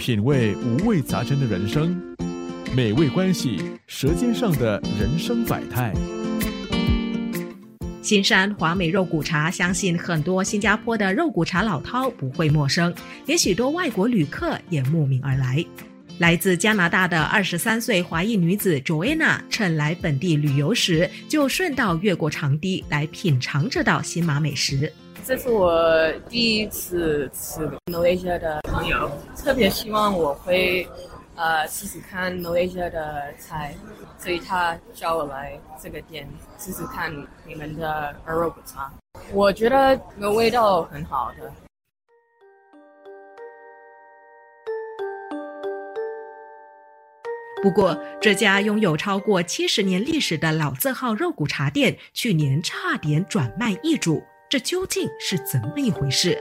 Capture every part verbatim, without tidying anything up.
品味五味杂陈的人生，美味关系舌尖上的人生百态。 新山华美肉骨茶，相信很多新加坡的肉骨茶老饕不会陌生，也许多外国旅客也慕名而来。来自加拿大的二十三岁华裔女子 Joanna 趁来本地旅游时，就顺道越过长堤来品尝这道新马美食。 这是我第一次吃 Malaysia 的朋友，特别希望我会呃试试看 Malaysia 的菜，所以他叫我来这个店试试看你们的肉骨茶。我觉得那个味道很好的。 不过，这家拥有超过七十年历史的老字号肉骨茶店，去年差点转卖易主，这究竟是怎么一回事？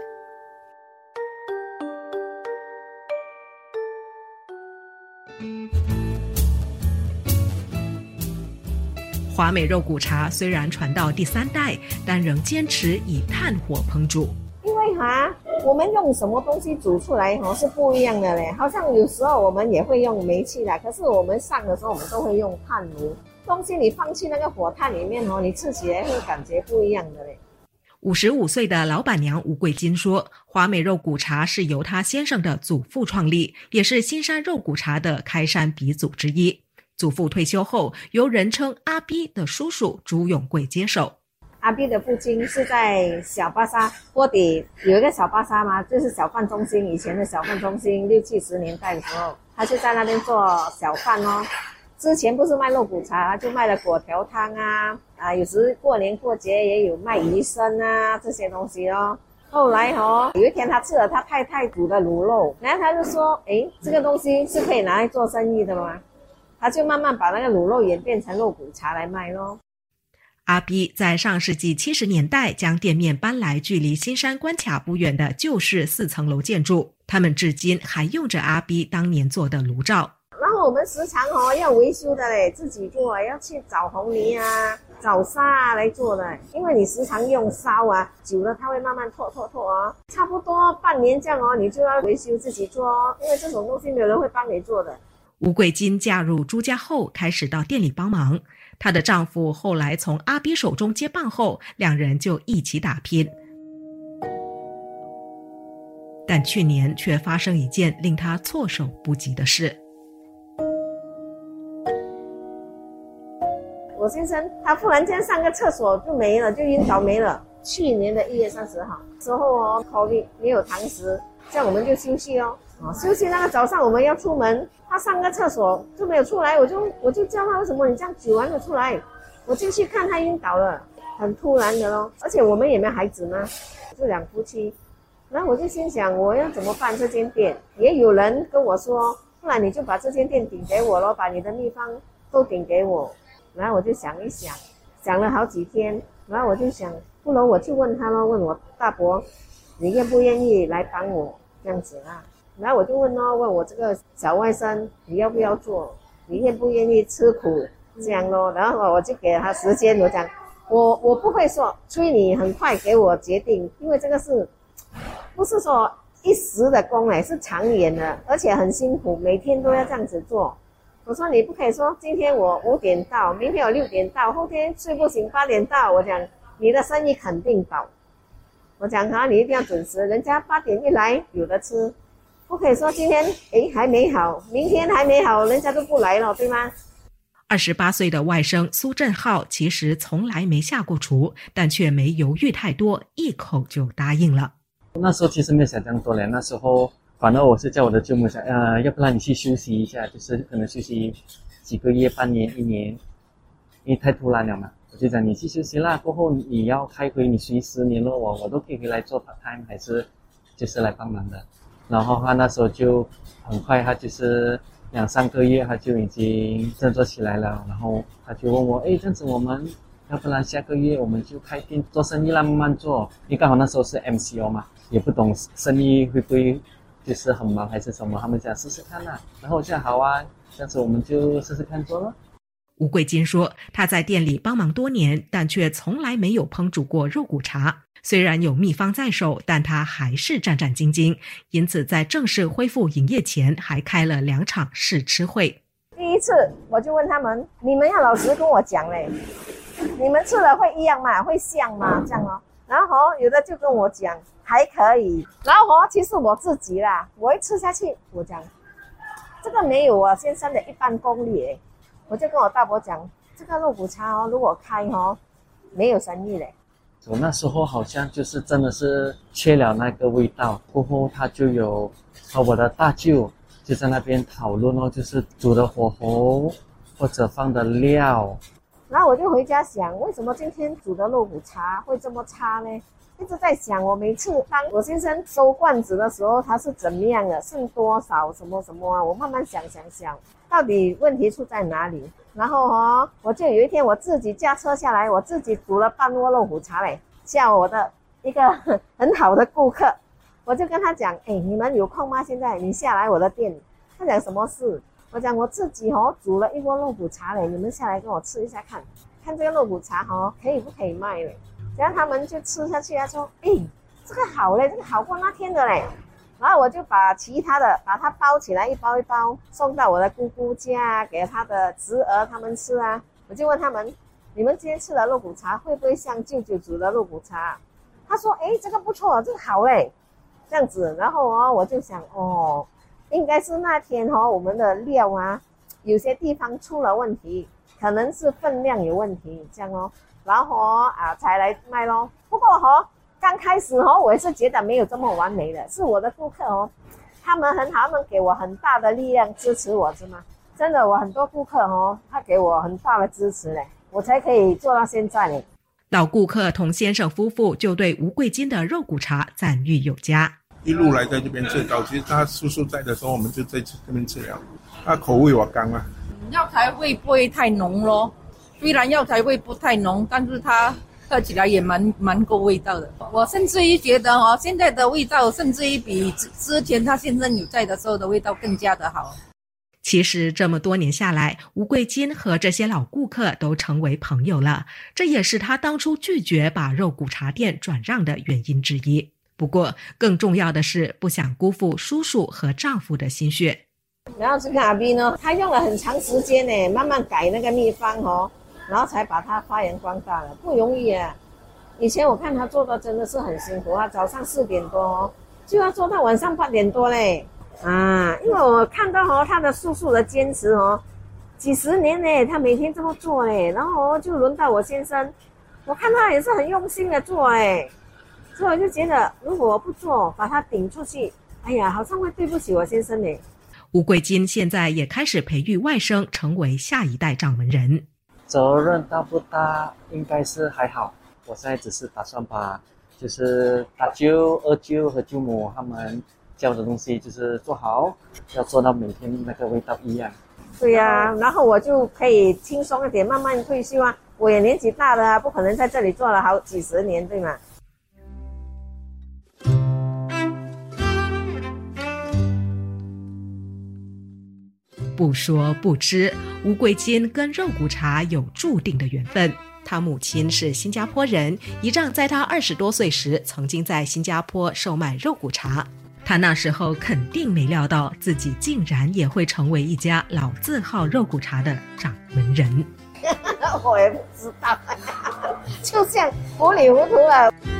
华美肉骨茶虽然传到第三代，但仍坚持以炭火烹煮。 因为哈，我们用什么东西煮出来哈是不一样的嘞。好像有时候我们也会用煤气的，可是我们上的时候我们都会用炭炉。东西你放去那个火炭里面哦，你吃起来会感觉不一样的嘞。 五十五岁的老板娘吴桂金说，华美肉骨茶是由她先生的祖父创立，也是新山肉骨茶的开山鼻祖之一。祖父退休后，由人称阿 B 的叔叔朱永贵接手。 阿 B 的父亲是在小巴沙波底有一个小巴沙嘛，就是小贩中心，以前的小贩中心，六七十年代的时候，他就在那边做小贩哦。之前不是卖肉骨茶，就卖了果条汤啊，啊，有时过年过节也有卖鱼生啊这些东西哦。后来哦，有一天他吃了他太太煮的卤肉，然后他就说，诶，这个东西是可以拿来做生意的吗？他就慢慢把那个卤肉演变成肉骨茶来卖咯。 阿 B 在上世纪七十年代将店面搬来距离新山关卡不远的旧式四层楼建筑，他们至今还用着阿 B 当年做的炉灶。 然后我们时常哦要维修的嘞，自己做要去找红泥啊、找沙啊来做的，因为你时常用烧啊，久了它会慢慢脱脱脱哦，差不多半年这样哦，你就要维修自己做哦，因为这种东西没有人会帮你做的。 吴桂金嫁入朱家后，开始到店里帮忙。她的丈夫后来从阿 B 手中接棒后，两人就一起打拼。但去年却发生一件令她措手不及的事。 我先生他忽然间上个厕所就没了，就晕倒没了。去年的一月三十号之后哦 ，COVID 没有堂食，这样我们就休息哦。哦，休息那个早上我们要出门，他上个厕所就没有出来，我就我就叫他为什么你这样久还没有出来？我进去看他晕倒了，很突然的咯。而且我们也没有孩子嘛，就两夫妻。然后我就心想我要怎么办这间店？也有人跟我说，不然你就把这间店顶给我咯，把你的秘方都顶给我。然后我就想一想，想了好几天，然后我就想，不如我去问他咯，问我大伯，你愿不愿意来帮我这样子啊？然后我就问咯，问我这个小外甥，你要不要做？你愿不愿意吃苦？这样咯。然后我就给他时间，我讲，我我不会说催你很快给我决定，因为这个是不是说一时的功诶，是长远的，而且很辛苦，每天都要这样子做。我说你不可以说今天我五点到，明天我六点到，后天睡不醒八点到，我讲你的生意肯定倒。我讲哈，你一定要准时，人家八点一来有的吃。不可以说今天诶还没好，明天还没好，人家都不来了，对吗？ 二十八岁的外甥苏振浩其实从来没下过厨，但却没犹豫太多，一口就答应了。 那时候其实没有想这样多嘞，那时候反而我是叫我的舅母想，呃，要不然你去休息一下，就是可能休息几个月、半年、一年，因为太突然了嘛。我就讲你去休息啦，过后你要开回，你随时联络我，我都可以回来做 part time， 还是就是来帮忙的。然后他那时候就很快，他就是两三个月他就已经振作起来了。然后他就问我，诶，这样子我们要不然下个月我们就开店做生意啦，慢慢做。因为刚好那时候是 M C O 嘛，也不懂生意会不会就是很忙还是什么，他们讲试试看啦。然后我讲好啊，这样子我们就试试看做咯。 吴桂金说，他在店里帮忙多年，但却从来没有烹煮过肉骨茶。 虽然有秘方在手，但他还是战战兢兢，因此在正式恢复营业前还开了两场试吃会。 第一次我就问他们，你们要老实跟我讲嘞，你们吃了会一样吗？会像吗？这样哦。然后有的就跟我讲还可以，然后其实我自己啦，我一吃下去，我讲这个没有我先生的一般功力诶，我就跟我大伯讲，这个肉骨茶哦，如果开哦，没有生意嘞。 我那时候好像就是真的是缺了那个味道，过后他就有和我的大舅就在那边讨论哦，就是煮的火候或者放的料。 然后我就回家想，为什么今天煮的肉骨茶会这么差呢？一直在想，我每次当我先生收罐子的时候，他是怎么样的，剩多少什么什么啊？我慢慢想想想，到底问题出在哪里？然后哦，我就有一天我自己驾车下来，我自己煮了半锅肉骨茶嘞，叫我的一个很好的顾客，我就跟他讲，哎，你们有空吗？现在你下来我的店。他讲什么事？我讲我自己哦煮了一锅肉骨茶嘞，你们下来跟我吃一下看，看这个肉骨茶哦可以不可以卖嘞？然后他们就吃下去，他说，哎，这个好嘞，这个好过那天的嘞。然后我就把其他的把它包起来，一包一包送到我的姑姑家，给他的侄儿他们吃啊。我就问他们，你们今天吃的肉骨茶会不会像舅舅煮的肉骨茶？他说，哎，这个不错，这个好嘞，这样子。然后哦，我就想，哦，应该是那天哦，我们的料啊，有些地方出了问题，可能是分量有问题，这样哦，然后哦啊才来卖咯。不过哦。刚开始哦，我也是觉得没有这么完美的，是我的顾客哦，他们很好，他们给我很大的力量支持我，是吗？真的，我很多顾客哦，他给我很大的支持嘞，我才可以做到现在嘞。 老顾客童先生夫妇就对吴桂金的肉骨茶赞誉有加。 一路来在这边吃，早期他叔叔在的时候，我们就在这边吃了。他口味我刚啊， 药材味不会太浓咯，虽然药材味不太浓，但是它喝起来也蛮蛮够味道的。我甚至于觉得哦，现在的味道甚至于比之前他先生有在的时候的味道更加的好。 其实这么多年下来，吴桂金和这些老顾客都成为朋友了，这也是他当初拒绝把肉骨茶店转让的原因之一。不过更重要的是不想辜负叔叔和丈夫的心血。 然后这个阿 B 呢，他用了很长时间呢，慢慢改那个秘方哦，然后才把它发扬光大了，不容易啊。以前我看他做的真的是很辛苦，他早上四点多哦，就要做到晚上八点多嘞啊！因为我看到哦他的叔叔的坚持哦，几十年嘞，他每天这么做嘞，然后哦就轮到我先生，我看他也是很用心的做哎，所以我就觉得如果我不做，把他顶出去，哎呀，好像会对不起我先生嘞。 吴桂金现在也开始培育外甥成为下一代掌门人。 责任大不大？应该是还好。我现在只是打算把，就是大舅、二舅和舅母他们教的东西，就是做好，要做到每天那个味道一样。 对呀、啊，然后我就可以轻松一点，慢慢退休啊。我也年纪大了啊，不可能在这里做了好几十年，对吗？ 不说不知，吴桂金跟肉骨茶有注定的缘分。他母亲是新加坡人，姨丈在他二十多岁时曾经在新加坡售卖肉骨茶。他那时候肯定没料到自己竟然也会成为一家老字号肉骨茶的掌门人。 我也不知道，就像糊里糊涂了。